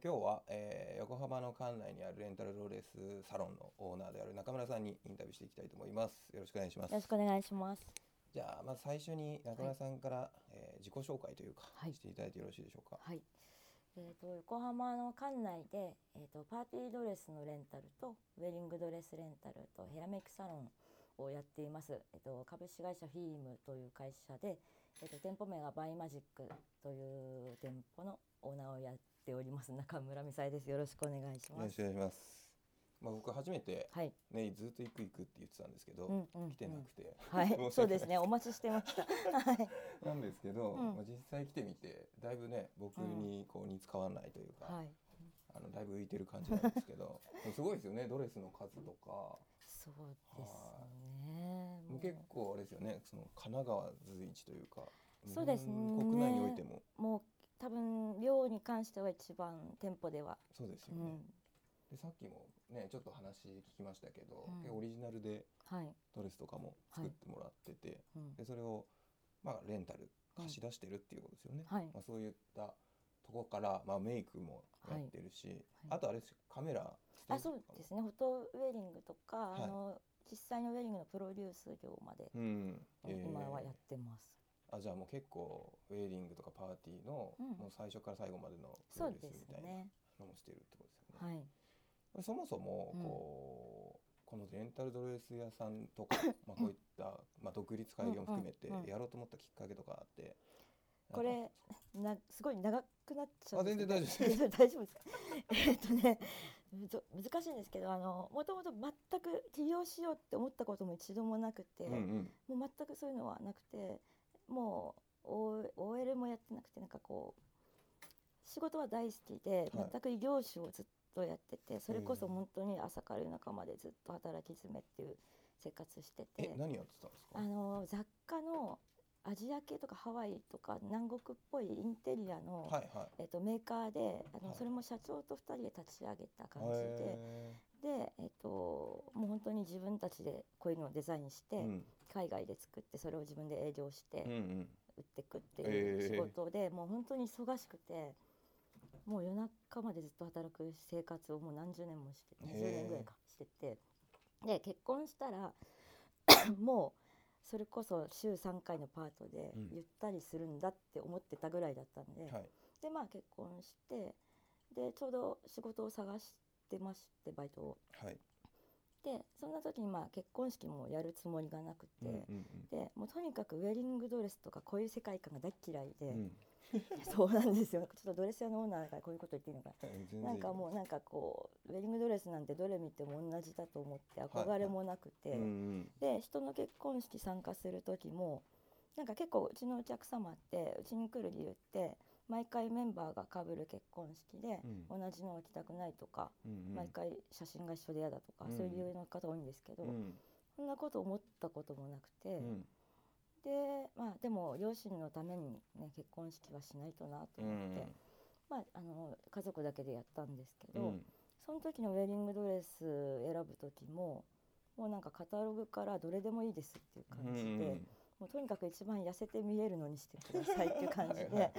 今日は、横浜の館内にあるレンタルドレスサロンのオーナーである中村さんにインタビューしていきたいと思います。よろしくお願いします。 よろしくお願いします。 じゃあ、まず最初に中村さんから、自己紹介というか、していただいてよろしいでしょうか。 はい。横浜の館内で、パーティードレスのレンタルとウェディングドレスレンタルとヘアメイクサロンをやっています。株式会社フィームという会社で、店舗名がバイマジックという店舗のオーナーをやっております中村美沙です。よろしくお願いします。 よろしくお願いします。僕初めて、 はいずっと行くって言ってたんですけど、来てなくて、 はい、そうですね、お待ちしてました。はい。 なんですけど、実際来てみてだいぶね僕にこう似つかわないというか、だいぶ浮いてる感じなんですけどすごいですよね、ドレスの数とか。 そうですね。 もう結構あれですよね、その神奈川随一というか、 そうですね、 国内においてももう多分量に関しては一番店舗ではそうですよね。でさっきもねちょっと話聞きましたけど、オリジナルでドレスとかも作ってもらってて、でそれをレンタル貸し出してるっていうことですよね。そういったとこから、メイクもやってるし、あとあれですよ、カメラそうですね、フォトウェディングとか、実際のウェディングのプロデュース業まで、今はやってます。 じゃあもう結構ウェディングとかパーティーの、もう最初から最後までのプロデュースみたいなのもしてるってことですよね。そもそもこのレンタルドレス屋さんとか、こういった、独立開業も含めてやろうと思ったきっかけとかあって、 これすごい長くなっちゃうんですけど、 全然大丈夫です。 大丈夫ですか？難しいんですけど、もともと全く起業しようって思ったことも一度もなくて、もう全くそういうのはなくて、もう OL もやってなくて、なんかこう仕事は大好きで、全く異業種をずっとやってて、それこそ本当に朝から夜中までずっと働き詰めっていう生活してて。 何やってたんですか？ 雑貨のアジア系とかハワイとか南国っぽいインテリアの、メーカーで、それも社長と2人で立ち上げた感じで、もう本当に自分たちでこういうのをデザインして、海外で作ってそれを自分で営業して、売っていくっていう仕事で、もう本当に忙しくて、もう夜中までずっと働く生活をもう何十年もして20年ぐらいかしてて、で結婚したらもうそれこそ週3回のパートでゆったりするんだって思ってたぐらいだったんで、で結婚して、でちょうど仕事を探してまして、バイトを。でそんな時に結婚式もやるつもりがなくて、でもうとにかくウェディングドレスとかこういう世界観が大嫌いで、そうなんですよ。ちょっとドレス屋のオーナーだからこういうこと言っていいのかなんかもうなんかこうウェディングドレスなんてどれ見ても同じだと思って憧れもなくて、で人の結婚式参加する時もなんか結構うちのお客様ってうちに来る理由って毎回メンバーが被る結婚式で同じのを着たくないとか、毎回写真が一緒で嫌だとか、そういう理由の方多いんですけど、そんなこと思ったこともなくて、ででも両親のために、結婚式はしないとなと思って、家族だけでやったんですけど、その時のウェディングドレス選ぶ時ももうなんかカタログからどれでもいいですっていう感じで、もうとにかく一番痩せて見えるのにしてくださいっていう感じでで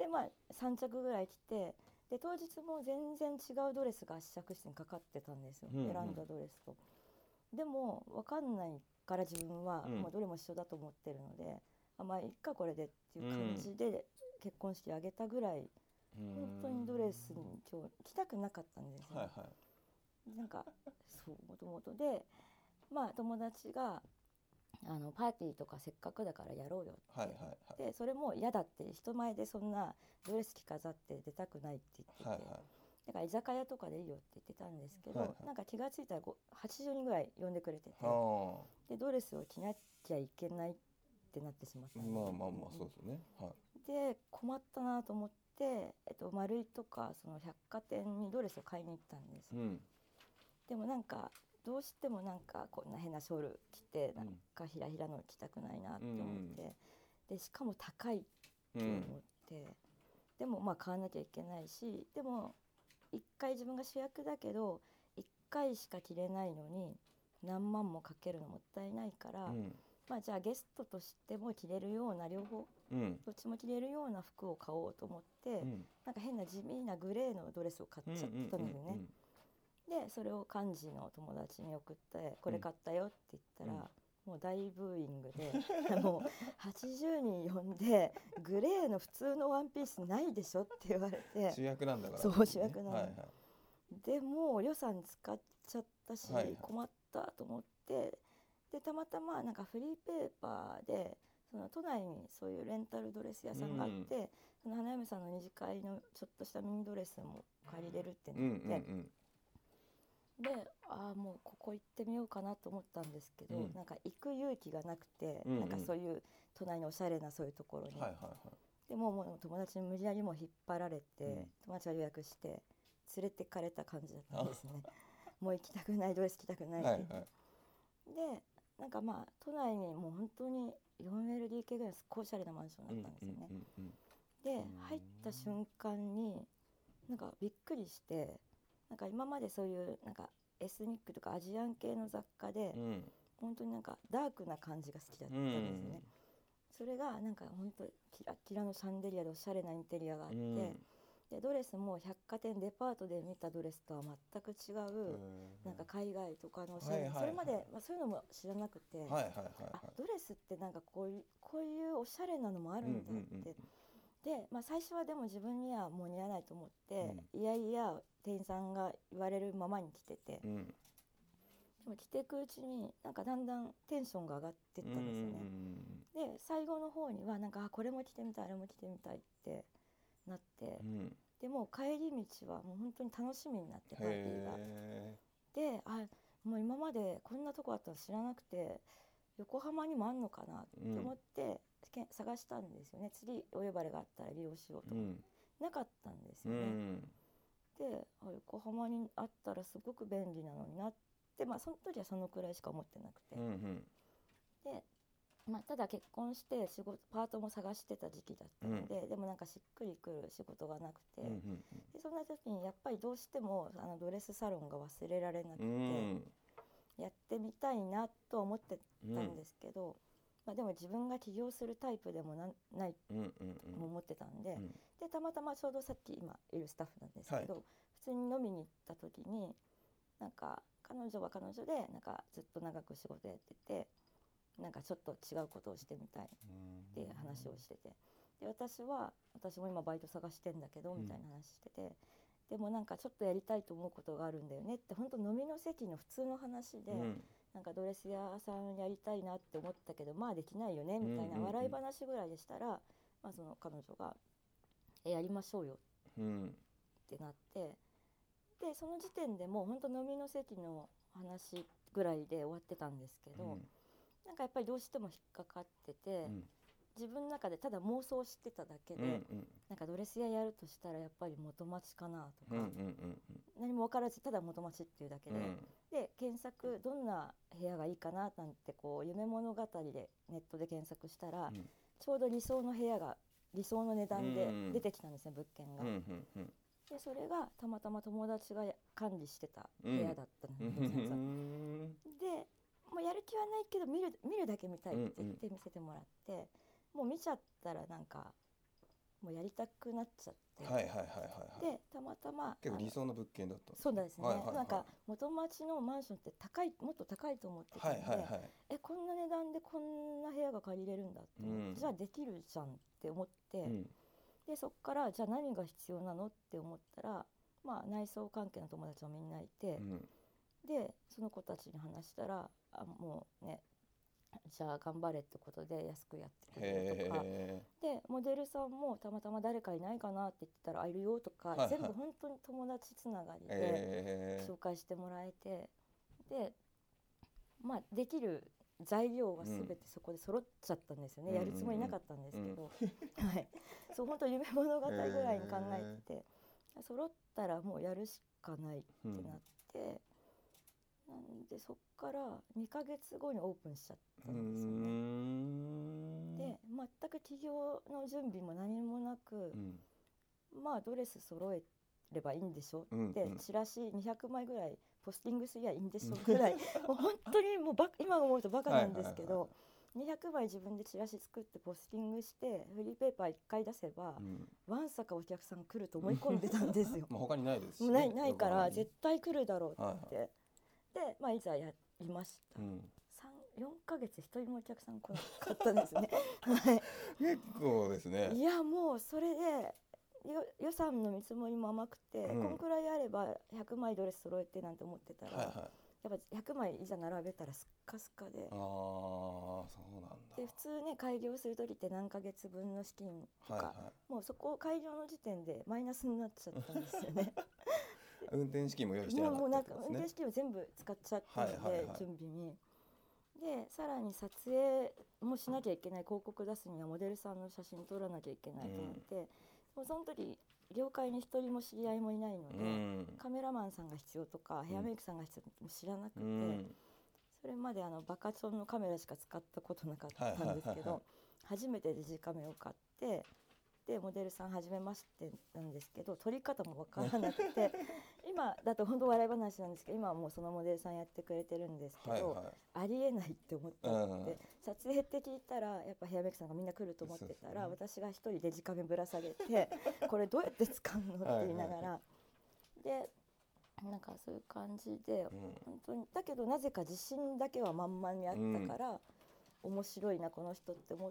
3着ぐらい着て、で当日も全然違うドレスが試着室にかかってたんですよ、選んだドレスと。でも分かんないから自分はもうどれも一緒だと思ってるので、いっかこれでっていう感じで結婚式あげたぐらい、本当にドレスに今日着たくなかったんですよ。なんかそうもともとで、友達がパーティーとかせっかくだからやろうよって、でそれも嫌だって、人前でそんなドレス着飾って出たくないって言ってて、だから居酒屋とかでいいよって言ってたんですけど、なんか気が付いたら80人ぐらい呼んでくれてて、でドレスを着なきゃいけないってなってしまったんです。 そうですね。 で困ったなと思って、丸井とかその百貨店にドレスを買いに行ったんです。でもなんかどうしてもなんかこんな変なショール着てなんかひらひらの着たくないなって思って、でしかも高いって思って、でも買わなきゃいけないし、でも1回自分が主役だけど1回しか着れないのに何万もかけるのもったいないから、 まあ、じゃあゲストとしても着れるような両方、どっちも着れるような服を買おうと思って、なんか変な地味なグレーのドレスを買っちゃったんですよね。でそれを幹事の友達に送ってこれ買ったよって言ったら、もう大ブーイングでもう80人呼んでグレーの普通のワンピースないでしょって言われて主役なんだから、 そう主役なんだ、でもう予算使っちゃったし、困ったと思って、でたまたまなんかフリーペーパーでその都内にそういうレンタルドレス屋さんがあって、その花嫁さんの二次会のちょっとしたミニドレスも借りれるってなって、でもうここ行ってみようかなと思ったんですけど、なんか行く勇気がなくて、なんかそういう都内のおしゃれなそういうところに、でもう友達に無理やりも引っ張られて、友達が予約して連れてかれた感じだったんですねもう行きたくない、ドレス着たくないって、でなんかまあ都内にもう本当に 4LDK ぐらいすっごいおしゃれなマンションだったんですよね。で入った瞬間になんかびっくりして、なんか今までそういうなんかエスニックとかアジアン系の雑貨で、本当になんかダークな感じが好きだったんですね。それがなんか本当キラキラのシャンデリアでおしゃれなインテリアがあって、でドレスも百貨店デパートで見たドレスとは全く違う、なんか海外とかのおしゃれ、それまで、そういうのも知らなくて、ドレスってなんかこういうおしゃれなのもあるんだって、で、最初はでも自分にはもう似合わないと思って、いやいや店員さんが言われるままに着てて、でも着ていくうちになんかだんだんテンションが上がってったんですよね。で最後の方にはなんかこれも着てみたい、あれも着てみたいってなって、でもう帰り道はもう本当に楽しみになって、パーティーが。でもう今までこんなとこあったの知らなくて、横浜にもあんのかなって思って、探したんですよね。次お呼ばれがあったら利用しようと思って、なかったんですよね。で横浜にあったらすごく便利なのになって、その時はそのくらいしか思ってなくて、でただ結婚して仕事パートも探してた時期だったので、でもなんかしっくりくる仕事がなくて、でそんな時にやっぱりどうしてもドレスサロンが忘れられなくて、やってみたいなと思ってたんですけど、でも自分が起業するタイプでもないと思ってたんで、でたまたまちょうどさっき今いるスタッフなんですけど、普通に飲みに行った時になんか彼女は彼女でなんかずっと長く仕事やってて、なんかちょっと違うことをしてみたいっていう話をしてて、で私も今バイト探してんだけどみたいな話してて、でもなんかちょっとやりたいと思うことがあるんだよねって、本当飲みの席の普通の話で、なんかドレス屋さんやりたいなって思ったけどできないよねみたいな笑い話ぐらいでしたら、その彼女がやりましょうよってなって、でその時点でもう本当飲みの席の話ぐらいで終わってたんですけど、なんかやっぱりどうしても引っかかってて、自分の中でただ妄想してただけで、なんかドレス屋やるとしたらやっぱり元町かなとか、何も分からずただ元町っていうだけで、で検索どんな部屋がいいかななんて夢物語でネットで検索したら、ちょうど理想の部屋が理想の値段で出てきたんですね、物件が。でそれがたまたま友達が管理してた部屋だったんですよ。でもうやる気はないけど見るだけ見たいって言って見せてもらって、もう見ちゃったらなんかもうやりたくなっちゃって、でたまたま結構理想の物件だったんです。 そうですね、なんか元町のマンションってもっと高いと思ってたんで、こんな値段でこんな部屋が借りれるんだって思って、じゃあできるじゃんって思って、でそっからじゃあ何が必要なのって思ったら、内装関係の友達もみんないて、でその子たちに話したらもうね、じゃあ頑張れってことで安くやってくれるとかで、モデルさんもたまたま誰かいないかなって言ってたらいるよとか、全部本当に友達つながりで紹介してもらえて、でできる材料は全てそこで揃っちゃったんですよね。やるつもりなかったんですけど、そう本当夢物語ぐらいに考えてて、揃ったらもうやるしかないってなって、なんでそっから2ヶ月後にオープンしちゃったんですよね。で全く起業の準備も何もなく、ドレス揃えればいいんでしょって、チラシ200枚ぐらいポスティングすりゃいいんでしょぐらいもう本当にもう今思うとバカなんですけど、 200枚自分でチラシ作ってポスティングしてフリーペーパー1回出せば、わんさかお客さん来ると思い込んでたんですよ。 他にないですし、ね、 ないから絶対来るだろうって言って、で、いざやりました。4ヶ月一人もお客さん来なかったですね。はい、 結構ですね。 いやもうそれで予算の見積もりも甘くて、こんくらいあれば100枚ドレス揃えてなんて思ってたら、やっぱ100枚いざ並べたらスッカスカで、 そうなんだ。 で普通ね開業する時って何ヶ月分の資金とか、もうそこ開業の時点でマイナスになっちゃったんですよね。 運転資金も用意してなかったですね。 運転資金を全部使っちゃったので、準備に。でさらに撮影もしなきゃいけない、広告出すにはモデルさんの写真撮らなきゃいけないとなって、もうその時業界に一人も知り合いもいないので、カメラマンさんが必要とかヘアメイクさんが必要とかも知らなくて、それまでバカチョンのカメラしか使ったことなかったんですけど、初めてデジカメを買って、でモデルさん初めましてなんですけど撮り方も分からなくて今だと本当笑い話なんですけど、今はもうそのモデルさんやってくれてるんですけど、ありえないって思ったって、撮影って聞いたらやっぱヘアメイクさんがみんな来ると思ってたら、私が一人デジカメぶら下げてこれどうやって使うのって言いながら、でなんかそういう感じで、本当にだけどなぜか自信だけは満々にあったから、面白いなこの人って思って、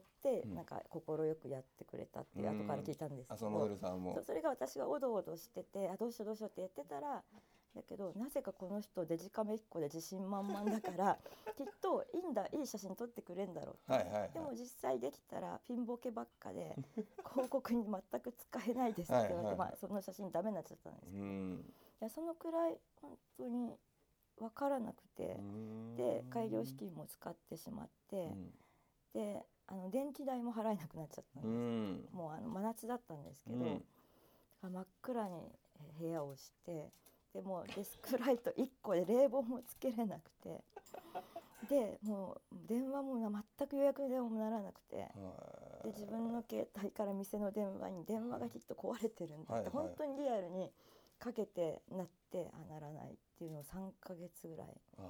なんか快くやってくれたっていう後から聞いたんですけど、 そのモデルさんもそれが私がおどおどしてて、どうしようってやってたら、だけどなぜかこの人デジカメ1個で自信満々だからきっといい写真撮ってくれんだろうって、でも実際できたらピンボケばっかで広告に全く使えないですって言われて、その写真ダメになっちゃったんですけど、いやそのくらい本当に分からなくて、で開業資金も使ってしまって、で電気代も払えなくなっちゃったんです。もう真夏だったんですけど、真っ暗に部屋をして、でもデスクライト1個で冷房もつけれなくて、でもう電話も全く予約でもならなくて、で自分の携帯から店の電話に電話がきっと壊れてるんだって、本当にリアルにかけてなってならないっていうのを3ヶ月ぐらい。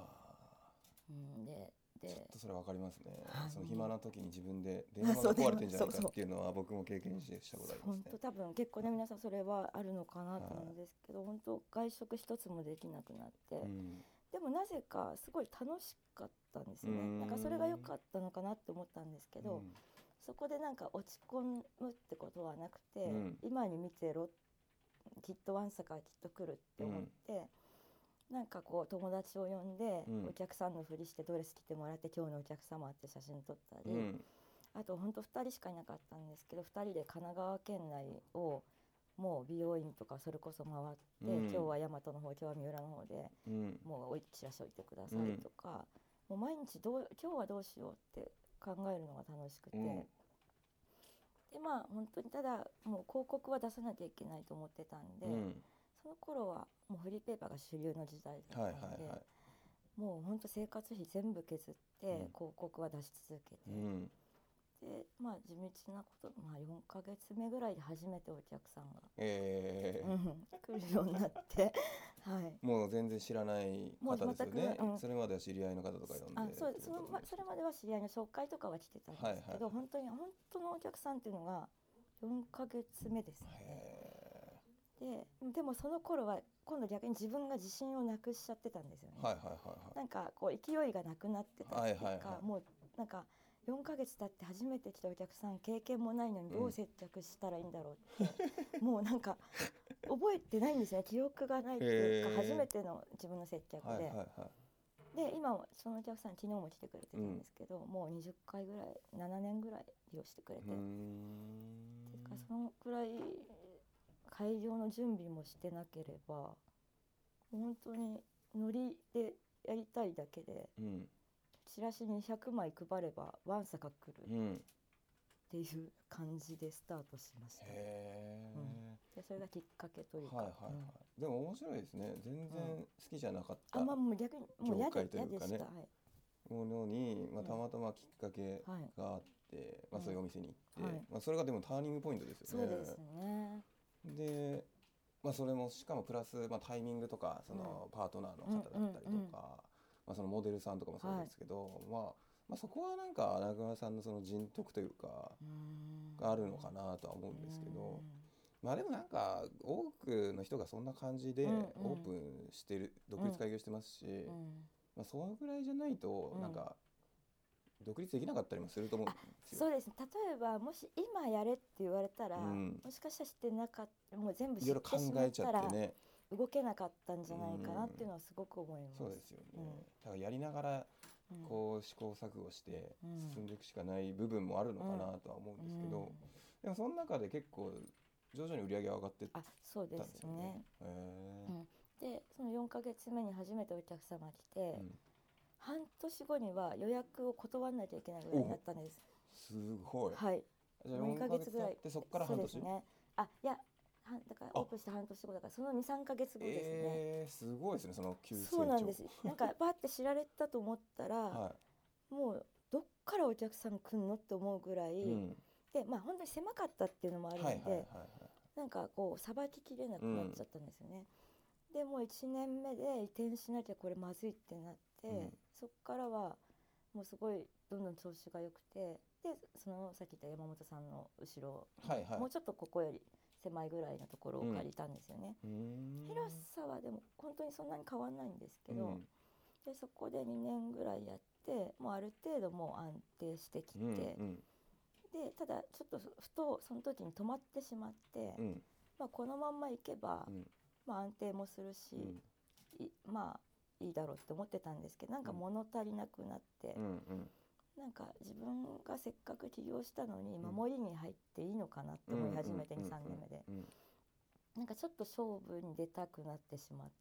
ちょっとそれ分かりますね。その暇な時に自分で電話が壊れてんじゃないかっていうのは僕も経験したことありますね。 本当多分結構ね皆さんそれはあるのかなと思うんですけど、本当外食一つもできなくなって、でもなぜかすごい楽しかったんですよね。なんかそれが良かったのかなって思ったんですけど、そこでなんか落ち込むってことはなくて、今に見てろ、きっとわんさかきっと来るって思って、なんかこう友達を呼んで、お客さんのふりしてドレス着てもらって今日のお客様って写真撮ったり、あと本当2人しかいなかったんですけど、2人で神奈川県内をもう美容院とかそれこそ回って、今日は大和の方、今日は三浦の方で、もうチラシ置いてくださいとか、もう毎日今日はどうしようって考えるのが楽しくて、で本当にただもう広告は出さなきゃいけないと思ってたんで、その頃はもうフリーペーパーが主流の時代だったので、もう本当生活費全部削って広告は出し続けて、で地道なこと、4ヶ月目ぐらいで初めてお客さんが、来るようになって、 もう全然知らない方ですよね。それまでは知り合いの方とか呼んで、 それまでは知り合いの紹介とかは来てたんですけど、本当のお客さんっていうのが4ヶ月目ですね。でもその頃は今度逆に自分が自信をなくしちゃってたんですよね。なんかこう勢いがなくなってたっていうか、もうなんか4ヶ月経って初めて来たお客さん、経験もないのにどう接客したらいいんだろうって、もうなんか覚えてないんですね。記憶がないっていうか、初めての自分の接客で、で今そのお客さん昨日も来てくれてるんですけど、もう20回ぐらい7年ぐらい利用してくれて、そのくらい開業の準備もしてなければ、本当にノリでやりたいだけで、チラシ200枚配ればわんさか来るっていう感じでスタートしました。でそれがきっかけというか、 でも面白いですね。全然好きじゃなかったもう逆にもう嫌でしたものに、たまたまきっかけがあって、そういうお店に行って、それがでもターニングポイントですよね。 そうですね。 で、それもしかもプラス、タイミングとかそのパートナーの方だったりとか、そのモデルさんとかもそうですけど、 まあ、そこはなんか穴川さんのその人徳というかがあるのかなとは思うんですけど、まあでもなんか多くの人がそんな感じでオープンしてる、独立開業してますし、まあそのぐらいじゃないとなんか独立できなかったりもすると思うんですよ。 そうですね。例えばもし今やれって言われたら、もしかしたらしてなかった、もう全部知ってしまったら動けなかったんじゃないかなっていうのはすごく思います。 そうですよね。だからやりながらこう試行錯誤して進んでいくしかない部分もあるのかなとは思うんですけど、でもその中で結構徐々に売り上げが上がってったんですよね。 そうですね。でその4ヶ月目に初めてお客様来て、半年後には予約を断らなきゃいけないぐらいになったんです。 すごい。 はい。 じゃあ4ヶ月ぐらいでそこから半年。 そうですね。いやだからオープンして半年後だからその 2,3 ヶ月後ですね。 すごいですね、その急成長。 そうなんです。なんかバーって知られたと思ったら、もうどっからお客さん来んのって思うぐらい、でまあ本当に狭かったっていうのもあるので、なんかこうさばききれなくなっちゃったんですよね。でもう1年目で移転しなきゃこれまずいってなって、そこからはもうすごいどんどん調子が良くて、でそのさっき言った山本さんの後ろ、もうちょっとここより狭いぐらいのところを借りたんですよね。広さはでも本当にそんなに変わらないんですけど、でそこで2年ぐらいやってもうある程度もう安定してきて、でただちょっとふとその時に止まってしまって、まあ、このまんまいけば、まあ、安定もするし、まあいいだろうって思ってたんですけど、なんか物足りなくなって、なんか自分がせっかく起業したのに守りに入っていいのかなって思い始めて、2、3年目でなんかちょっと勝負に出たくなってしまって、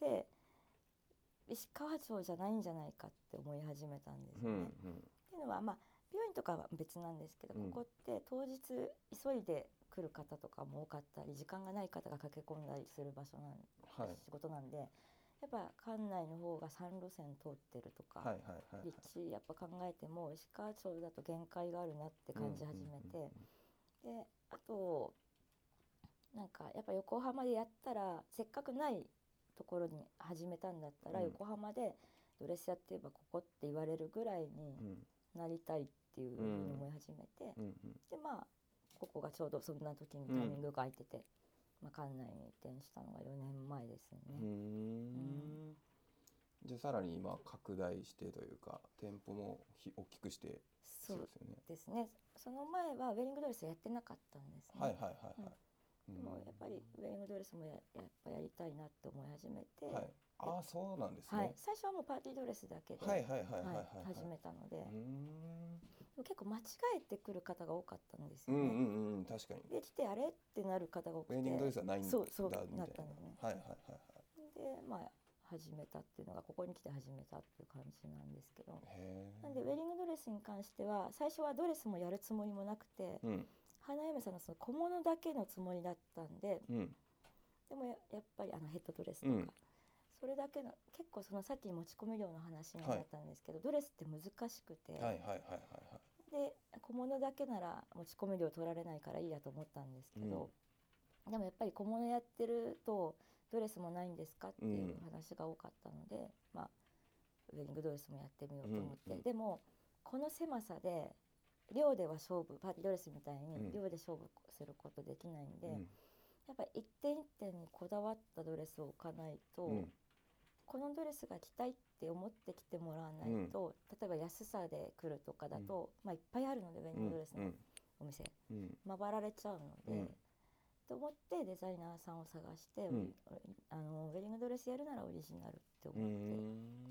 で石川町じゃないんじゃないかって思い始めたんですよね。っていうのはまあ病院とかは別なんですけど、ここって当日急いで来る方とかも多かったり、時間がない方が駆け込んだりする場所仕事なんで、やっぱ館内の方が3路線通ってるとか、立地やっぱ考えても石川町だと限界があるなって感じ始めて、であとなんかやっぱ横浜でやったらせっかくないところに始めたんだったら、横浜でドレス屋って言えばここって言われるぐらいになりたいっていうふうに思い始めて、でまあここがちょうどそんな時にタイミングが空いてて、まあ、館内に移転したのが4年前ですね。 じゃあさらに今拡大してというか店舗も大きくして。 そうですね。その前はウェディングドレスやってなかったんですね。でもやっぱりウェディングドレスもやっぱやりたいなって思い始めて、 そうなんですね。 最初はもうパーティードレスだけで始めたので、結構間違えてくる方が多かったんですよね。 確かに。 で来てあれってなる方が多くて、 ウェディングドレスはないんだそうなったんですね。でまあ始めたっていうのがここに来て始めたっていう感じなんですけど、なんでウェディングドレスに関しては最初はドレスもやるつもりもなくて、花嫁さんのその小物だけのつもりだったんで、でもやっぱりヘッドドレスとか、それだけの結構そのさっき持ち込み量の話になったんですけど、ドレスって難しくて、で小物だけなら持ち込み量取られないからいいやと思ったんですけど、でもやっぱり小物やってるとドレスもないんですかっていう話が多かったので、まあウェディングドレスもやってみようと思って、でもこの狭さで量では勝負、パーティードレスみたいに量で勝負することできないんで、やっぱり一点一点にこだわったドレスを置かないと、このドレスが着たいって思ってきてもらわないと、例えば安さで来るとかだと、まあいっぱいあるのでウェディングドレスのお店、回られちゃうので、と思ってデザイナーさんを探して、ウェディングドレスやるならオリジナルって思って、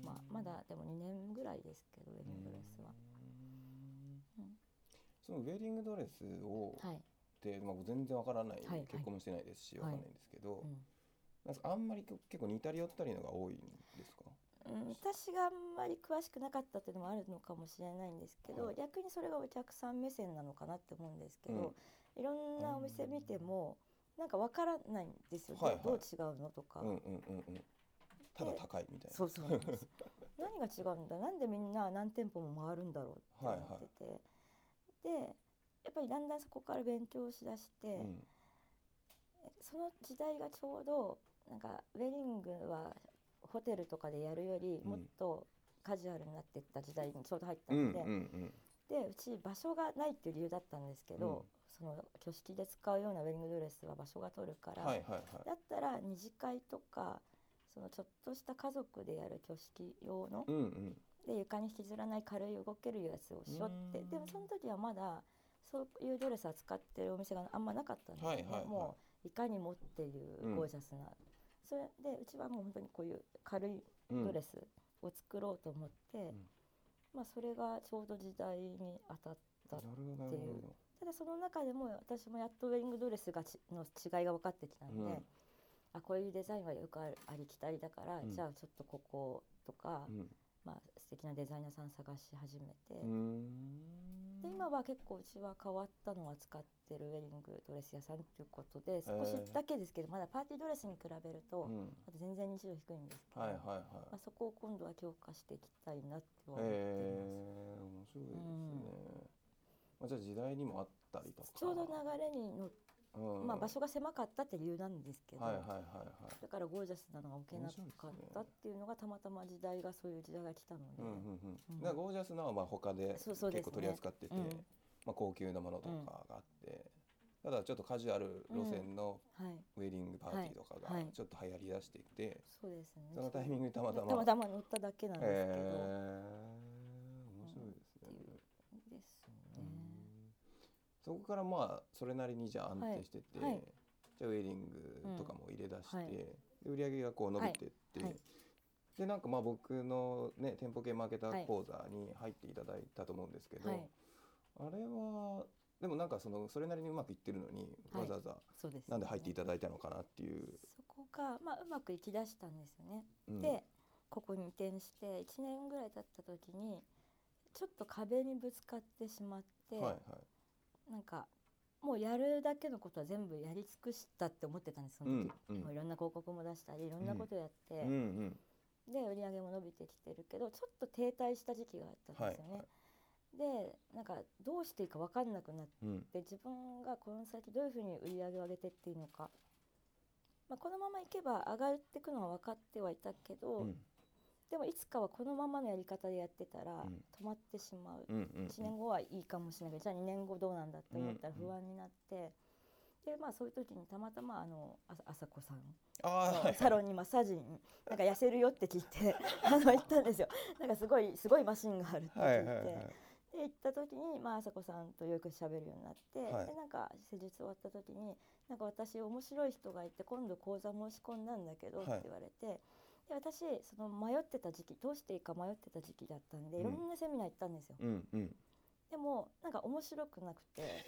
まだでも2年ぐらいですけどウェディングドレスは。 そのウェディングドレスをで、全然わからない、結婚もしてないですしわからないんですけど、なんかあんまり結構似たり寄ったりのが多いんですか？ 私があんまり詳しくなかったっていうのもあるのかもしれないんですけど、逆にそれがお客さん目線なのかなって思うんですけど、いろんなお店見てもなんかわからないんですよ、どう違うのとか。 ただ高いみたいな。 そうなんです何が違うんだ、なんでみんな何店舗も回るんだろうって思ってて、でやっぱりだんだんそこから勉強しだして、その時代がちょうどなんかウェディングはホテルとかでやるよりもっとカジュアルになっていった時代にちょうど入ったので、でうち場所がないっていう理由だったんですけど、その挙式で使うようなウェディングドレスは場所が取るから、だったら二次会とかそのちょっとした家族でやる挙式用の、で床に引きずらない軽い動けるやつをしよって、でもその時はまだそういうドレスを使ってるお店があんまなかったんですね、もういかにもっていうゴージャスな、それでうちはもう本当にこういう軽いドレスを作ろうと思って、まあ、それがちょうど時代に当たったっていう。ただその中でも私もやっとウェディングドレスの違いが分かってきたので、こういうデザインはよくありきたりだから、じゃあちょっとこことか、まあ、素敵なデザイナーさん探し始めて、で今は結構うちは変わったのは使ってるウェディングドレス屋さんということで、少しだけですけどまだパーティードレスに比べるとまだ全然日常低いんですけど、まあ、そこを今度は強化していきたいなとは思ってます。面白いですね。じゃあ時代にもあったりとか、 ちょうど流れに乗って、まあ、場所が狭かったって理由なんですけど、だからゴージャスなのが置けなかったっていうのがたまたま時代がそういう時代が来たので、 ゴージャスなのは他で結構取り扱ってて、まあ、高級なものとかがあって、ただちょっとカジュアル路線のウェディングパーティーとかがちょっと流行りだしていて、 そうですね、 そのタイミングでたまたま乗っただけなんですけど、 面白いですね。そこからまあそれなりにじゃあ安定してて、じゃあウェディングとかも入れ出して、で売り上げがこう伸びてって、でなんかまあ僕のね店舗系マーケター講座に入っていただいたと思うんですけど、あれはでもなんかそれなりにうまくいってるのに、わざわざなんで入っていただいたのかなっていう。 そこがまあうまくいきだしたんですよね。でここに移転して1年ぐらい経った時にちょっと壁にぶつかってしまって、なんかもうやるだけのことは全部やり尽くしたって思ってたんです、その時。もういろんな広告も出したりいろんなことやって、で売り上げも伸びてきてるけどちょっと停滞した時期があったんですよね。でなんかどうしていいか分かんなくなって、自分がこの先どういうふうに売り上げを上げてっていうのか、まあ、このままいけば上がっていくのは分かってはいたけど、でもいつかはこのままのやり方でやってたら止まってしまう、1年後はいいかもしれないけど、じゃあ2年後どうなんだって思ったら不安になって、でまあそういう時にたまたま朝子さんのサロンにマッサージになんか痩せるよって聞いて行ったんですよ。なんかすごいマシンがあるって聞いて。で行った時に、まあ、朝子さんとよく喋るようになって、でなんか施術終わった時になんか私面白い人がいて今度講座申し込んだんだけどって言われて、で私迷ってた時期、どうしていいか迷ってた時期だったんで、いろんなセミナー行ったんですよ。でもなんか面白くなくて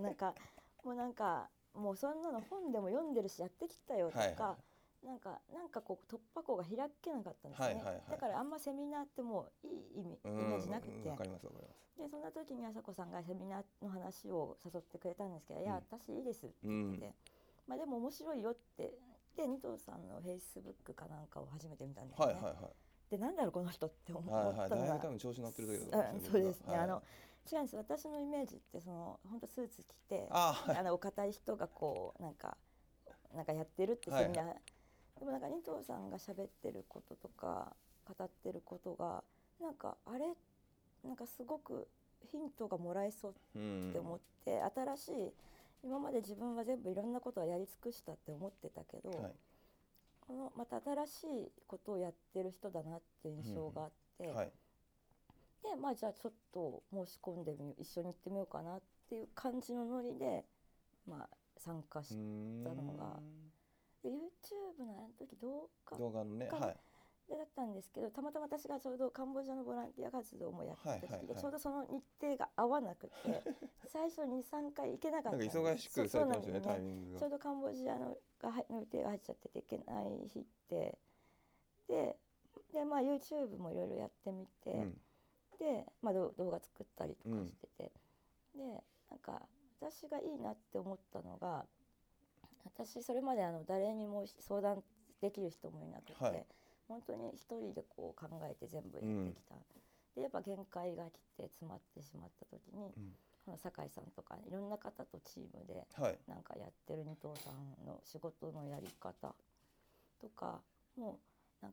もうそんなの本でも読んでるしやってきたよとか、なんかこう突破口が開けなかったんですね。だからあんまセミナーってもういいイメージなくて、でそんな時に朝子さんがセミナーの話を誘ってくれたんですけど、いや私いいですって言って、まあでも面白いよってで二藤さんのフェイスブックかなんかを初めて見たんですね。でなんだろうこの人って思ったのが、 多分調子乗ってる時だと思うんです。そうですね、違うんです。私のイメージって本当スーツ着てお堅い人がこうなんかやってるってセミナー、でもなんか二藤さんが喋ってることとか語ってることがなんかなんかすごくヒントがもらえそうって思って、新しい今まで自分は全部いろんなことはやり尽くしたって思ってたけど、このまた新しいことをやってる人だなって印象があって、でまあじゃあちょっと申し込んで一緒に行ってみようかなっていう感じのノリでまあ参加したのが。YouTube の時動画のね、だったんですけど、たまたま私がちょうどカンボジアのボランティア活動もやってた時で、ちょうどその日程が合わなくて最初 2,3 回行けなかったんです。 なんか忙しくされてましたね、タイミングが。 ちょうどカンボジアの予定が入っちゃってて行けない日ってでまあ YouTube もいろいろやってみて、で、まあ、動画作ったりとかしてて、でなんか私がいいなって思ったのが、私それまで誰にも相談できる人もいなくて、本当に一人でこう考えて全部やってきた、でやっぱ限界が来て詰まってしまった時に、この酒井さんとかいろんな方とチームでなんかやってる二藤さんの仕事のやり方とかもなんか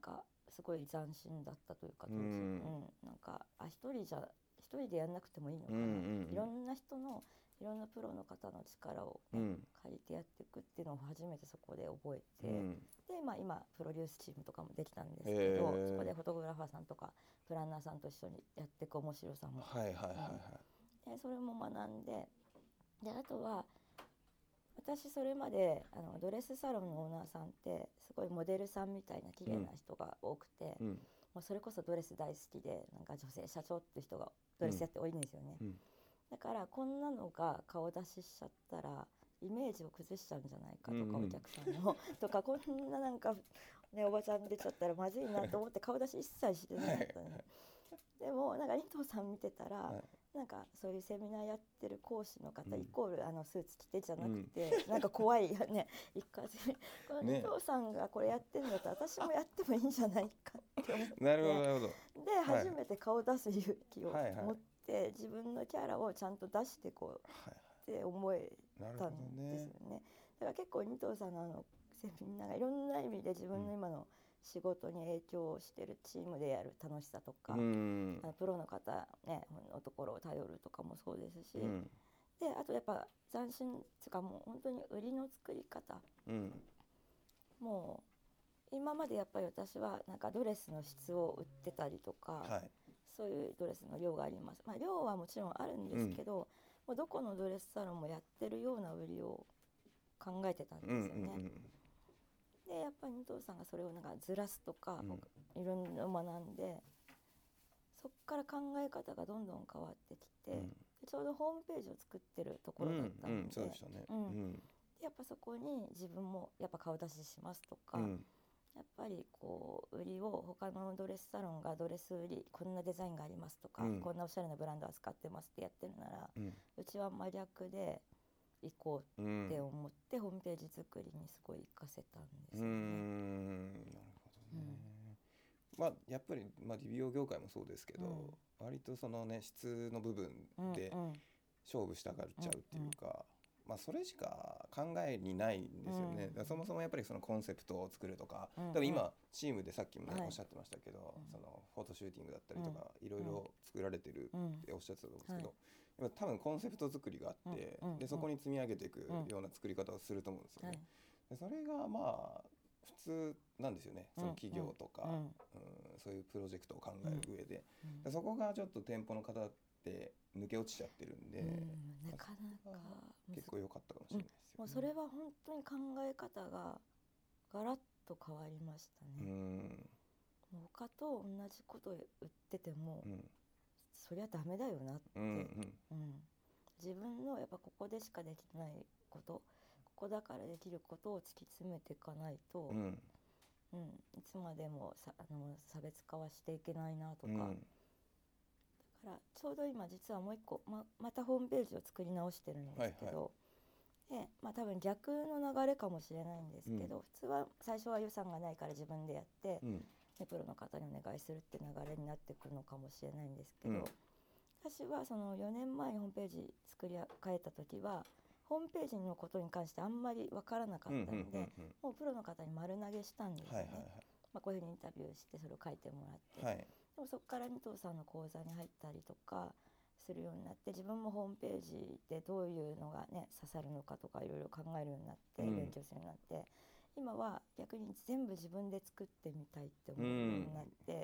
すごい斬新だったというか当時、なんか一人でやんなくてもいいのかな、いろんな人のいろんなプロの方の力を、ね借りてやっていくっていうのを初めてそこで覚えて、で、今プロデュースチームとかもできたんですけど、そこでフォトグラファーさんとかプランナーさんと一緒にやっていく面白さも、でそれも学んで、あとは私それまでドレスサロンのオーナーさんってすごいモデルさんみたいな綺麗な人が多くて、もうそれこそドレス大好きでなんか女性社長っていう人がドレスやって多いんですよね、だからこんなのが顔出ししちゃったらイメージを崩しちゃうんじゃないかとか、お客さんのとかこんななんかねおばちゃん出ちゃったらまずいなと思って顔出し一切してなかったねでもなんかリトさん見てたら、なんかそういうセミナーやってる講師の方イコールスーツ着てじゃなくて、なんか怖いね一括このリトさんがこれやってんだったら私もやってもいいんじゃないかって思って、 なるほどなるほど。 で初めて顔出す勇気を持って自分のキャラをちゃんと出してこうって思えたんですよね。だから結構二藤さんのセミナーがいろんな意味で自分の今の仕事に影響してるチームでやる楽しさとか、プロの方、ね、のところを頼るとかもそうですし、であとやっぱ斬新とかもう本当に売りの作り方、もう今までやっぱり私はなんかドレスの質を売ってたりとか、そういうドレスの量があります、量はもちろんあるんですけど、もうどこのドレスサロンもやってるような売りを考えてたんですよね。でやっぱり武藤さんがそれをなんかずらすとか、いろんな学んで、そっから考え方がどんどん変わってきて、ちょうどホームページを作ってるところだったので、 そうでしたね。 やっぱそこに自分もやっぱ顔出ししますとか、やっぱりこう売りを他のドレスサロンがドレス売りこんなデザインがありますとか、こんなおしゃれなブランド扱ってますってやってるなら、うちは真逆で行こうって思って、ホームページ作りにすごい活かせたんですよね。 なるほどね。やっぱり、美容業界もそうですけど、割とそのね質の部分で勝負したがっちゃうっていうか、それしか考えにないんですよね。そもそもやっぱりそのコンセプトを作るとか、多分今チームでさっきもねおっしゃってましたけど、そのフォトシューティングだったりとかいろいろ作られてるっておっしゃってたと思うんですけど、多分コンセプト作りがあって、でそこに積み上げていくような作り方をすると思うんですよね。でそれが普通なんですよね、その企業とか、そういうプロジェクトを考える上で、そこがちょっと店舗の方って抜け落ちちゃってるんで、 なかなか結構良かったかもしれないですよね。 もうそれは本当に考え方がガラッと変わりましたね。他と同じことを売ってても、そりゃダメだよなって、自分のやっぱここでしかできないこと、ここだからできることを突き詰めていかないと、いつまでも差別化はしていけないなとか、だからちょうど今実はもう一個 またホームページを作り直してるんですけど、で多分逆の流れかもしれないんですけど、普通は最初は予算がないから自分でやって、プロの方にお願いするって流れになってくるのかもしれないんですけど、私はその4年前にホームページ作り変えた時はホームページのことに関してあんまり分からなかったので、もうプロの方に丸投げしたんですよね。こういうふうにインタビューしてそれを書いてもらって、でもそこから二藤さんの講座に入ったりとかするようになって、自分もホームページでどういうのがね刺さるのかとかいろいろ考えるようになって、勉強するようになって、今は逆に全部自分で作ってみたいって思うようになって、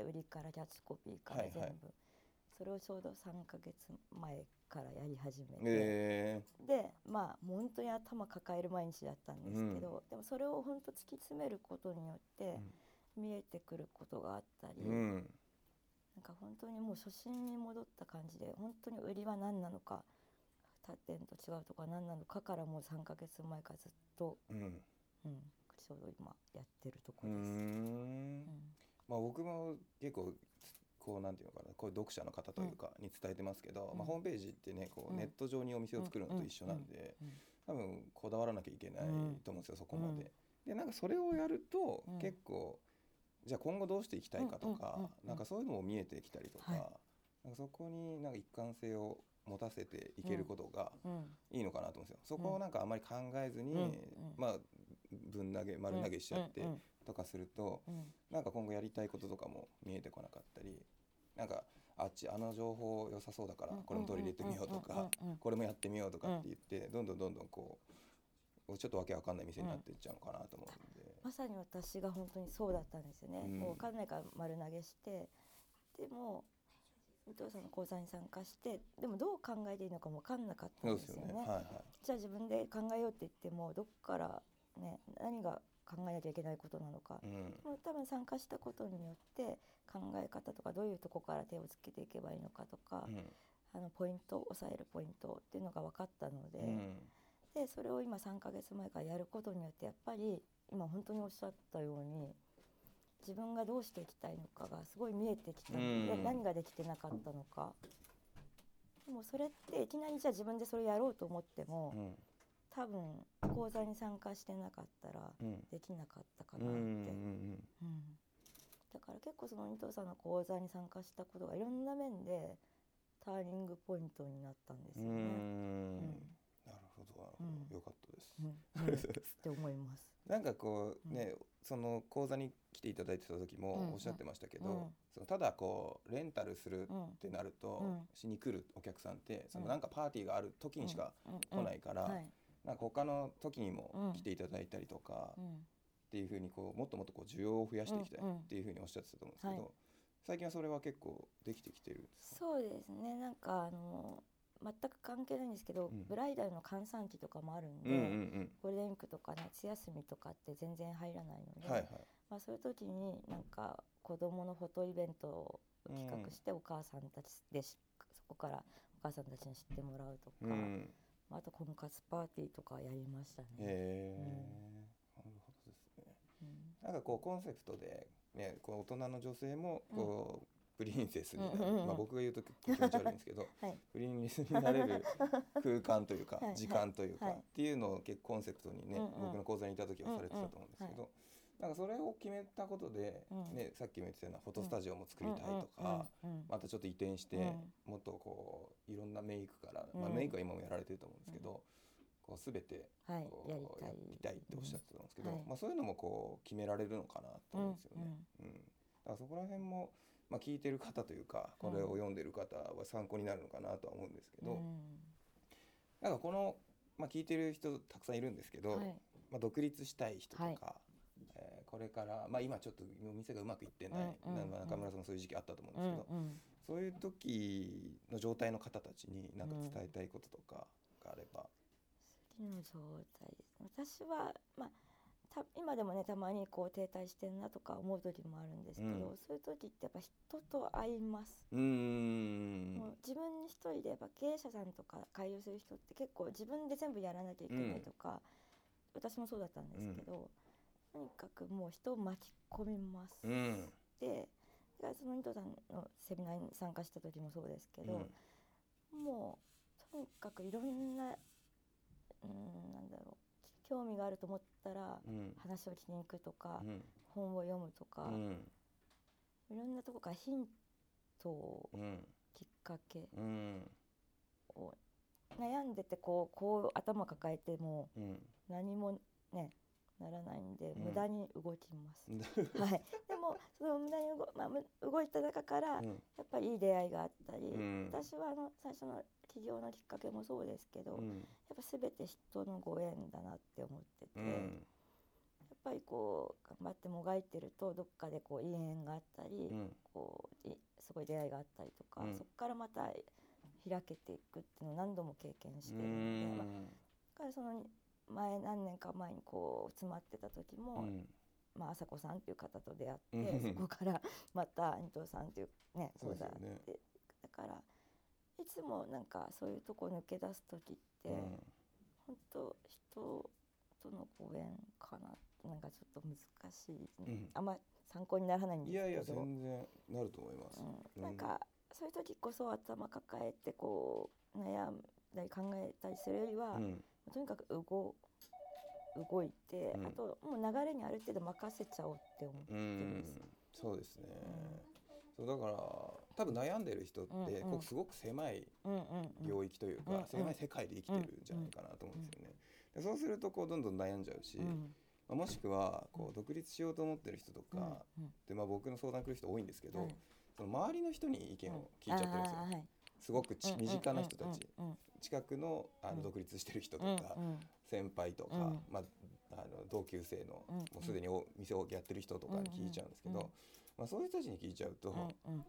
売りからキャッチコピーから全部、それをちょうど3ヶ月前からやり始めて、で本当に頭抱える毎日だったんですけど、でもそれを本当突き詰めることによって見えてくることがあったり、なんか本当にもう初心に戻った感じで、本当に売りは何なのか、他店と違うとか何なのかからもう3ヶ月前からずっと、ちょうど今やってるところです。 僕も結構こうなんていうのかな、こういう読者の方というかに伝えてますけど、ホームページってねこうネット上にお店を作るのと一緒なんで、多分こだわらなきゃいけないと思うんですよ、そこまで。でなんかそれをやると結構じゃあ今後どうしていきたいかとか、なんかそういうのも見えてきたりとか、なんかそこになんか一貫性を持たせていけることがいいのかなと思うんですよ。そこをなんかあんまり考えずに、 ぶん投げ丸投げしちゃってとかすると、なんか今後やりたいこととかも見えてこなかったり、なんかあの情報良さそうだからこれも取り入れてみようとか、これもやってみようとかって言ってどんどんこうちょっとわけわかんない店になっていっちゃうのかなと思うんで、 まさに私が本当にそうだったんですよね。もうわかんないから丸投げして、でも伊藤さんの講座に参加して、でもどう考えていいのかも分かんなかったんですよね。じゃあ自分で考えようって言ってもどっからね、何が考えなきゃいけないことなのか、もう多分参加したことによって考え方とかどういうとこから手をつけていけばいいのかとか、ポイント抑えるポイントっていうのが分かったので、でそれを今3ヶ月前からやることによってやっぱり今本当におっしゃったように自分がどうしていきたいのかがすごい見えてきたので、何ができてなかったのか。でもそれっていきなりじゃあ自分でそれやろうと思っても、多分講座に参加してなかったらできなかったかなって、だから結構その伊藤さんの講座に参加したことがいろんな面でターニングポイントになったんですよね。 なるほど、よかったです、 って思います。 なんかこうね、その講座に来ていただいてた時もおっしゃってましたけど、そのただこうレンタルするってなると、しに来るお客さんってそのなんかパーティーがある時にしか来ないから、なんか他の時にも来ていただいたりとかっていう風にこうもっともっとこう需要を増やしていきたいっていう風におっしゃってたと思うんですけど、最近はそれは結構できてきてるんですか？ そうですね、なんか全く関係ないんですけど、ブライダルの閑散期とかもあるんで、ゴールデンウィークとか夏休みとかって全然入らないので、そういう時になんか子どものフォトイベントを企画してお母さんたちでそこからお母さんたちに知ってもらうとか、あと婚活パーティーとかやりましたね。 なるほどですね。なんかこうコンセプトでね、こう大人の女性もこう、プリンセスになる、僕が言うと気持ち悪いんですけど、プリンセスになれる空間というか時間というかっていうのを結構コンセプトにね、僕の講座にいた時はされてたと思うんですけど、なんかそれを決めたことで、さっきも言ってたようなフォトスタジオも作りたいとか、またちょっと移転して、もっとこういろんなメイクから、メイクは今もやられてると思うんですけど、こう全てこうやりたいっておっしゃってたんですけど、そういうのもこう決められるのかなと思うんですよね。だからそこら辺も聞いてる方というかこれを読んでる方は参考になるのかなとは思うんですけど、なんかこの、聞いてる人たくさんいるんですけど、独立したい人とか、これから、今ちょっとお店がうまくいってない、中村さんもそういう時期あったと思うんですけど、そういう時の状態の方たちに何か伝えたいこととかがあれば。 次の状態です。私は今でもねたまにこう停滞してんなとか思う時もあるんですけど、そういう時ってやっぱ人と会います。もう自分一人でやっぱ経営者さんとか開業する人って結構自分で全部やらなきゃいけないとか、私もそうだったんですけど、とにかくもう人を巻き込みます。でその伊藤さんのセミナーに参加した時もそうですけど、もうとにかくいろんななんだろう、興味があると思ったら話を聞きに行くとか、本を読むとか、いろんなとこからヒントを、きっかけを、悩んでてこう頭抱えても何もねならないんで、無駄に動きます。でもその無駄に動いた中からやっぱりいい出会いがあったり、私は最初の起業のきっかけもそうですけど、やっぱ全て人のご縁だなって思ってて、やっぱりこう頑張ってもがいてるとどっかでこういい縁があったり、こうすごい出会いがあったりとか、そこからまた開けていくっていうのを何度も経験してるので、だからその何年か前にこう詰まってた時も、朝子さんっていう方と出会って、そこからまた伊藤さんっていうね講座あって、だからいつもなんかそういうとこ抜け出す時って、本当人とのご縁かな、なんかちょっと難しい、あんま参考にならないんですけど。 いや全然なると思います。 なんかそういう時こそ頭抱えてこう悩んだり考えたりするよりは、とにかく動いて、あともう流れにある程度任せちゃおうって思ってます。 そうですね。そうだから多分悩んでる人ってすごく狭い領域というか、狭い世界で生きてるんじゃないかなと思うんですよね。でそうするとこうどんどん悩んじゃうし、 もしくはこう独立しようと思ってる人とかで、僕の相談来る人多いんですけど、その周りの人に意見を聞いちゃってるんですよ。すごく身近な人たち、近くの独立してる人とか、先輩とか、同級生のもうすでに店をやってる人とかに聞いちゃうんですけど、そういう人たちに聞いちゃうと、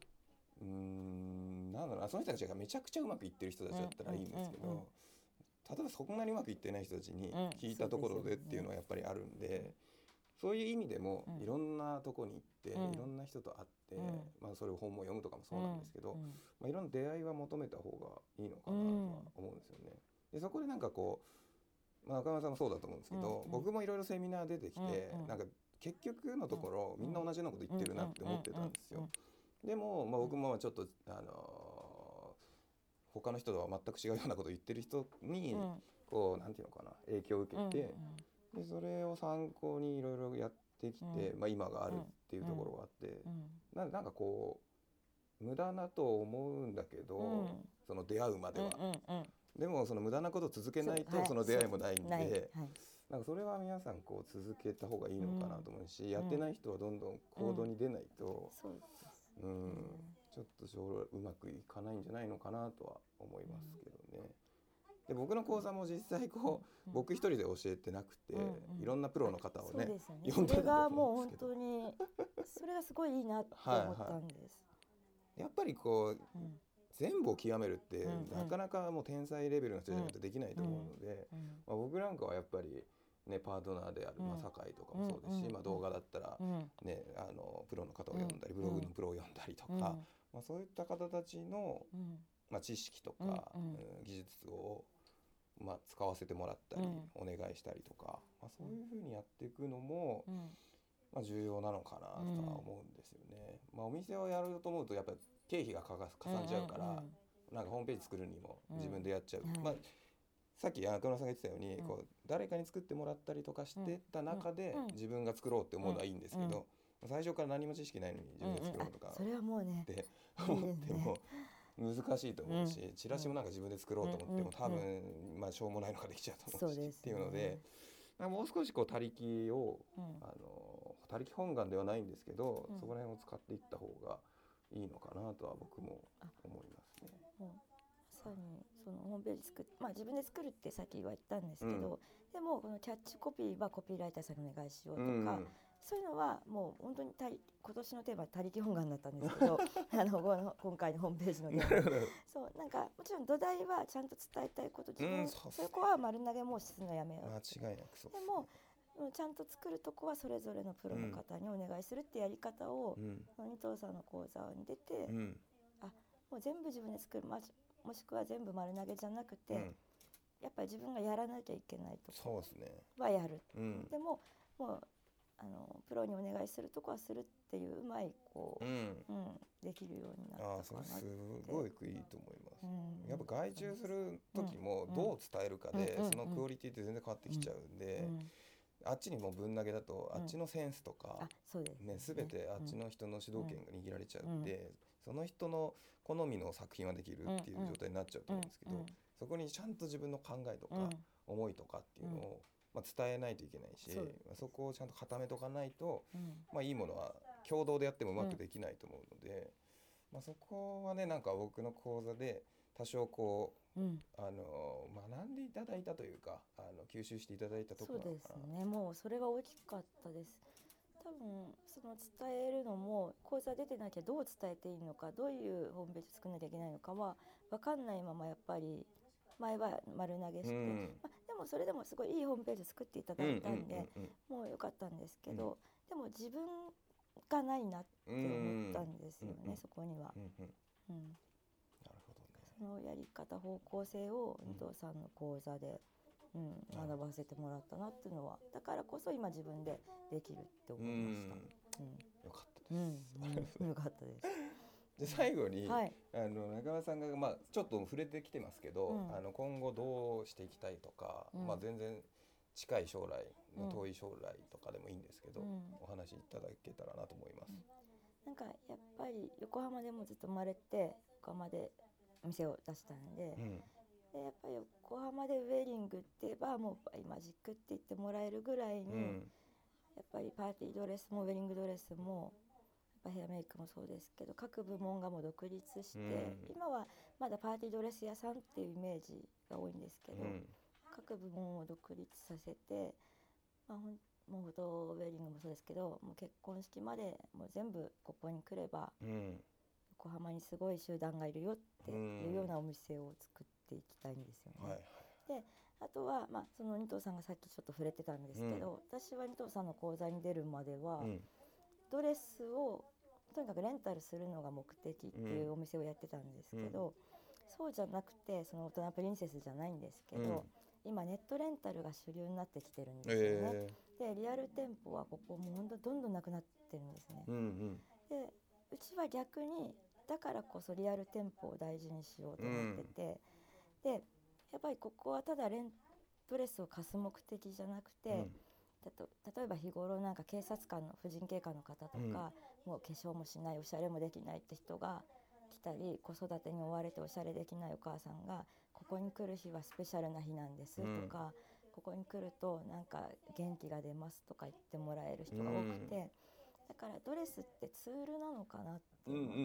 なんだろうな、その人たちがめちゃくちゃうまくいってる人たちだったらいいんですけど、例えばそんなにうまくいってない人たちに聞いたところでっていうのはやっぱりあるんで、そういう意味でもいろんなとこに行っていろんな人と会って、それを本も読むとかもそうなんですけど、いろんな出会いは求めた方がいいのかなとは思うんですよね。でそこでなんかこう、中村さんもそうだと思うんですけど、僕もいろいろセミナー出てきて、なんか結局のところみんな同じようなこと言ってるなって思ってたんですよ。でも、僕もちょっと他の人とは全く違うようなことを言ってる人にこうなんていうのかな、影響を受けて、でそれを参考にいろいろやってきて、今があるっていうところがあって、なんかこう無駄だと思うんだけど、その出会うまでは、でもその無駄なことを続けないとその出会いもないんで、なんかそれは皆さんこう続けた方がいいのかなと思うし、やってない人はどんどん行動に出ないと、ちょっとうまくいかないんじゃないのかなとは思いますけどね。で僕の講座も実際こう、僕一人で教えてなくて、いろんなプロの方をね呼んでると思うんですけど、それがもう本当にそれがすごいいいなって思ったんです。 やっぱりこう、全部を極めるって、なかなかもう天才レベルの人じゃないとできないと思うので、僕なんかはやっぱりね、パートナーである酒井とかもそうですし、動画だったら、ね、プロの方を呼んだり、ブログのプロを呼んだりとか、そういった方たちの、知識とか、技術を、使わせてもらったり、お願いしたりとか、そういうふうにやっていくのも、重要なのかなとは思うんですよね。お店をやろうと思うとやっぱり経費がかさんじゃうから、なんかホームページ作るにも自分でやっちゃう。さっき中村さんが言ってたように、こう誰かに作ってもらったりとかしてた中で自分が作ろうって思うのはいいんですけど、最初から何も知識ないのに自分で作ろうとかそれはもうねって思っても難しいと思うし、チラシもなんか自分で作ろうと思っても多分しょうもないのができちゃうと思うしっていうので、もう少しこう他力を他力本願ではないんですけど、そこら辺を使っていった方がいいのかなとは僕も思いますね。 まさにそのホームページ作って、自分で作るってさっき言ったんですけど、でもこのキャッチコピーはコピーライターさんにお願いしようとか、そういうのはもう本当に今年のテーマは他力本願だったんですけど今回のホームページのそうなんかもちろん土台はちゃんと伝えたいこと、自分そこは丸投げもうするのやめよう、 間違いなくそうでもちゃんと作るとこはそれぞれのプロの方にお願いするってやり方を、二藤さんの講座に出て、もう全部自分で作る、もしくは全部丸投げじゃなくて、やっぱり自分がやらなきゃいけないとこはやる、でももうプロにお願いするとこはするっていううまいこう、できるようになったかなって。 すごいいいと思います。やっぱ外注する時もどう伝えるかで、そのクオリティって全然変わってきちゃうんで、あっちにもぶん投げだと、あっちのセンスとか、全てあっちの人の主導権が握られちゃうんで、その人の好みの作品はできるっていう状態になっちゃうと思うんですけど、そこにちゃんと自分の考えとか、思いとかっていうのを伝えないといけないし、そこをちゃんと固めとかないと、いいものは共同でやってもうまくできないと思うので、そこはね、なんか僕の講座で多少こう、学んでいただいたというか、吸収していただいたところなのかな。 そうですね、もうそれが大きかったです。多分その伝えるのも講座出てなきゃどう伝えていいのか、どういうホームページ作んなきゃいけないのかは分かんないままやっぱり前は丸投げして、でもそれでもすごいいいホームページ作っていただいたんで、もう良かったんですけど、でも自分がないなって思ったんですよね、そこには。そのやり方、方向性を二藤さんの講座で、学ばせてもらったなっていうのは、だからこそ今自分でできるって思いました。 よかったです。 よかったです。 で最後に、中村さんが、ちょっと触れてきてますけど、今後どうしていきたいとか、全然近い将来の遠い将来とかでもいいんですけど、お話いただけたらなと思います。 なんかやっぱり横浜でもずっと生まれて横浜で店を出したんで、でやっぱり横浜でウェディングって言えばもう今ジックって言ってもらえるぐらいに、 やっぱりパーティードレスもウェディングドレスもやっぱヘアメイクもそうですけど各部門がもう独立して、今はまだパーティードレス屋さんっていうイメージが多いんですけど、各部門を独立させて、もうフォトウェディングもそうですけどもう結婚式までもう全部ここに来れば、横浜にすごい集団がいるよっていうようなお店を作っていきたいんですよね。であとは、その二藤さんがさっきちょっと触れてたんですけど、私は二藤さんの講座に出るまでは、ドレスをとにかくレンタルするのが目的っていうお店をやってたんですけど、そうじゃなくてその大人プリンセスじゃないんですけど、今ネットレンタルが主流になってきてるんですよね。でリアル店舗はここもうほんとどんどんなくなってるんですね。でうちは逆にだからこそリアル店舗を大事にしようと思ってて、でやっぱりここはただドレスを貸す目的じゃなくて、例えば日頃なんか警察官の婦人警官の方とか、もう化粧もしないおしゃれもできないって人が来たり、子育てに追われておしゃれできないお母さんがここに来る日はスペシャルな日なんですとか、ここに来るとなんか元気が出ますとか言ってもらえる人が多くて、だからドレスってツールなのかなって思って、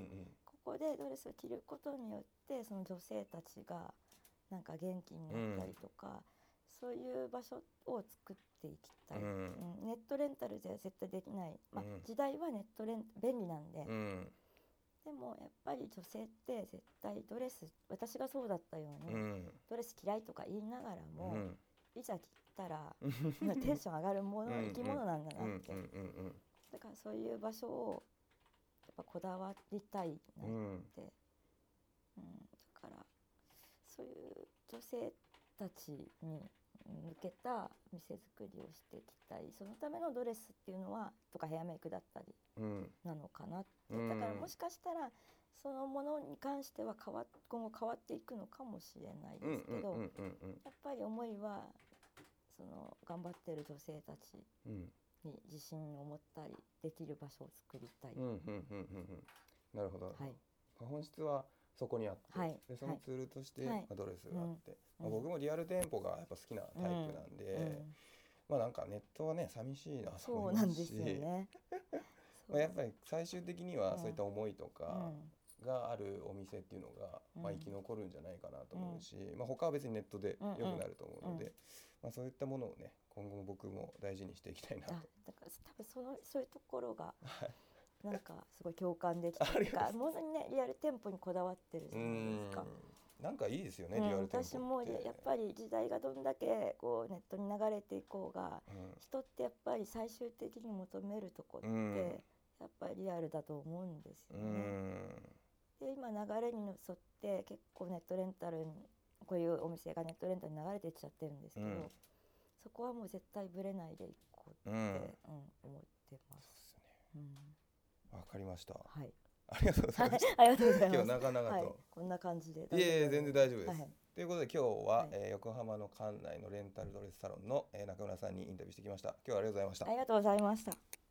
ここでドレスを着ることによってその女性たちがなんか元気になったりとか、そういう場所を作っていきたい。ネットレンタルじゃ絶対できない、時代はネット便利なんで、でもやっぱり女性って絶対ドレス、私がそうだったように、ドレス嫌いとか言いながらも、いざ着たらテンション上がる生き物なんだなって、だからそういう場所をやっぱこだわりたいなって、だからそういう女性たちに向けた店作りをしていきたい。そのためのドレスっていうのはとかヘアメイクだったりなのかなって、だからもしかしたらそのものに関しては今後変わっていくのかもしれないですけど、やっぱり思いはその頑張ってる女性たちに自信を持ったりできる場所を作りたい。 なるほど、本質はそこにあって、でそのツールとしてドレスがあって、僕もリアル店舗がやっぱ好きなタイプなんで、なんかネットはね寂しいなと思いますし、やっぱり最終的にはそういった思いとかがあるお店っていうのが、生き残るんじゃないかなと思うし、他は別にネットで良くなると思うので、そういったものをね今後も僕も大事にしていきたいなと。 だから多分そういうところがなんかすごい共感できたりとか、ものにねリアル店舗にこだわってるじゃないですか。 なんかいいですよね、リアル店舗って。 私もやっぱり時代がどんだけこうネットに流れていこうが、人ってやっぱり最終的に求めるとこってやっぱりリアルだと思うんですよね。で今流れに沿って結構ネットレンタルにこういうお店がネットレンタルに流れていっちゃってるんですけど、そこはもう絶対ブレないでいこうって、思ってます。 わかりました。 ありがとうございます。 今日なかなかと、 こんな感じで。 いえ全然大丈夫です。ということで今日は、横浜の館内のレンタルドレスサロンの、中村さんにインタビューしてきました。今日はありがとうございました。 ありがとうございました。